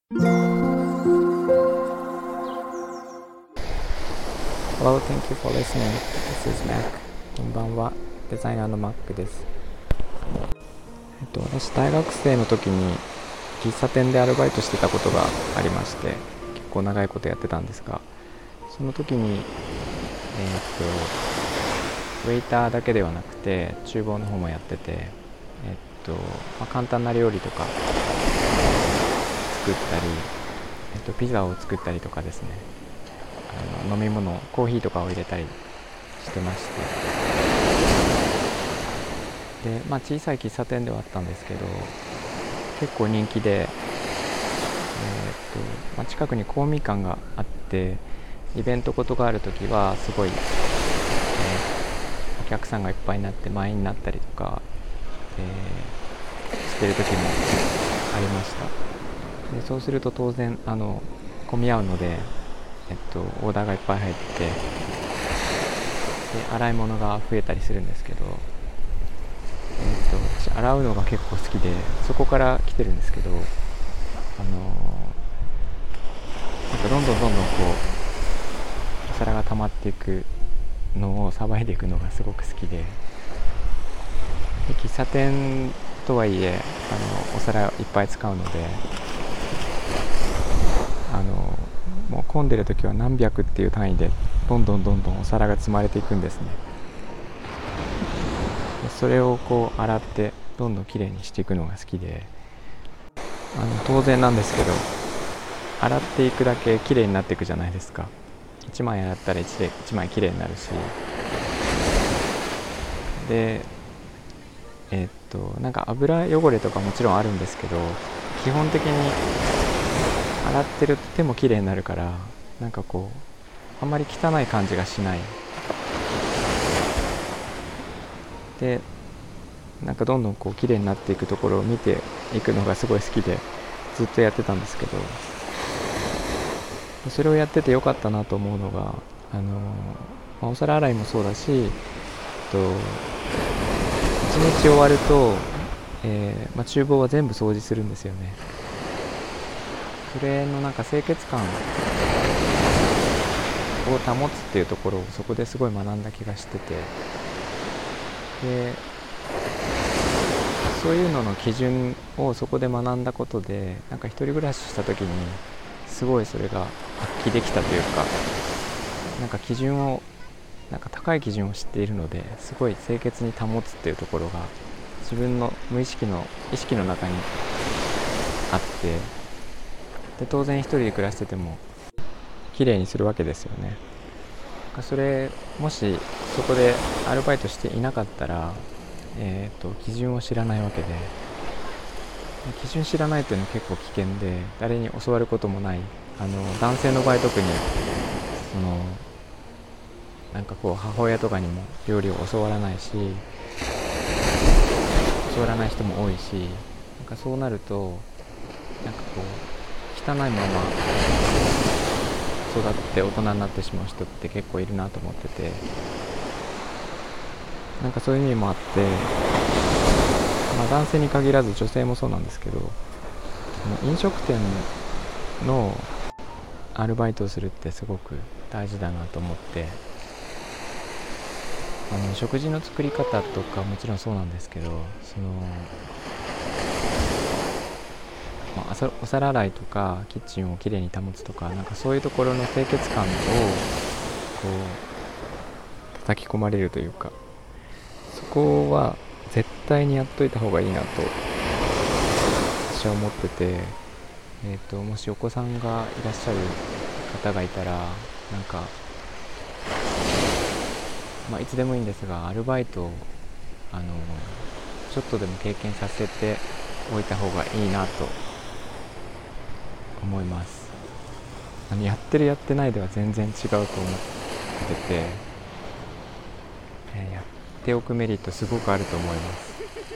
Hello, thank you for listening. This is Mac. こんばんは。デザイナーの Mac です。私、大学生の時に喫茶店でアルバイトしてたことがありまして、結構長いことやってたんですが、その時に、ウェイターだけではなくて、厨房の方もやってて、簡単な料理とか作ったり、ピザを作ったりとかですね、飲み物、コーヒーとかを入れたりしてまして、で、小さい喫茶店ではあったんですけど、結構人気で、近くに公民館があって、イベントことがあるときはすごい、お客さんがいっぱいになって満員になったりとか、してる時もありました。でそうすると当然混み合うので、オーダーがいっぱい入ってで洗い物が増えたりするんですけど、私洗うのが結構好きで、そこから来てるんですけど、なんかどんどんこうお皿が溜まっていくのをさばいていくのがすごく好きで、喫茶店とはいえお皿いっぱい使うので、もう混んでる時は何百っていう単位でどんどんお皿が積まれていくんですね。でそれをこう洗ってどんどんきれいにしていくのが好きで、当然なんですけど、洗っていくだけきれいになっていくじゃないですか。1枚洗ったら 1枚きれいになるし、でなんか油汚れとかもちろんあるんですけど、基本的に洗ってる手もきれいになるから、なんかこうあんまり汚い感じがしない。でなんかどんどんこう綺麗になっていくところを見ていくのがすごい好きで、ずっとやってたんですけど、それをやっててよかったなと思うのが、お皿洗いもそうだし、一日終わると、厨房は全部掃除するんですよね。それのなんか清潔感を保つっていうところをそこですごい学んだ気がしてて、でそういうのの基準をそこで学んだことで、なんか一人暮らしした時にすごいそれが発揮できたというか、なんかなんか高い基準を知っているので、すごい清潔に保つっていうところが自分の無意識の意識の中にあって、で当然一人で暮らしてても綺麗にするわけですよね。それもしそこでアルバイトしていなかったら、基準を知らないわけで、基準知らないというのは結構危険で、誰に教わることもない。男性の場合特になんかこう母親とかにも料理を教わらないし、教わらない人も多いし、なんかそうなるとなんかこう汚いまま育って大人になってしまう人って結構いるなと思ってて、なんかそういう意味もあって、男性に限らず女性もそうなんですけど、飲食店のアルバイトをするってすごく大事だなと思って、食事の作り方とかもちろんそうなんですけど、お皿洗いとかキッチンをきれいに保つとか、なんかそういうところの清潔感をこう叩き込まれるというか、そこは絶対にやっといた方がいいなと私は思ってて、もしお子さんがいらっしゃる方がいたら、なんか、いつでもいいんですが、アルバイトをちょっとでも経験させておいた方がいいなと思います。やってるやってないでは全然違うと思ってて、やっておくメリットすごくあると思います。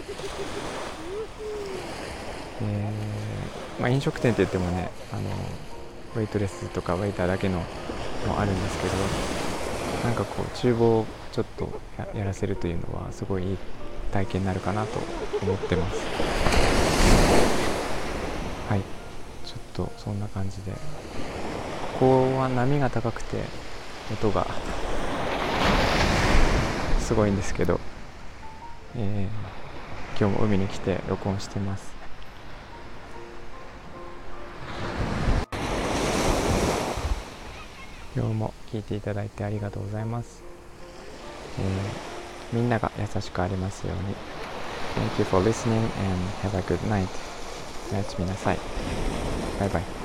飲食店って言ってもね、ウェイトレスとかウェイターだけのもあるんですけど、なんかこう厨房をちょっと やらせるというのはすごいいい体験になるかなと思ってます。はい、ちょっとそんな感じで、ここは波が高くて音がすごいんですけど、今日も海に来て録音してます。今日も聞いていただいてありがとうございます。みんなが優しくありますように。Thank you for listening and have a good night. おやすみなさい。バイバイ。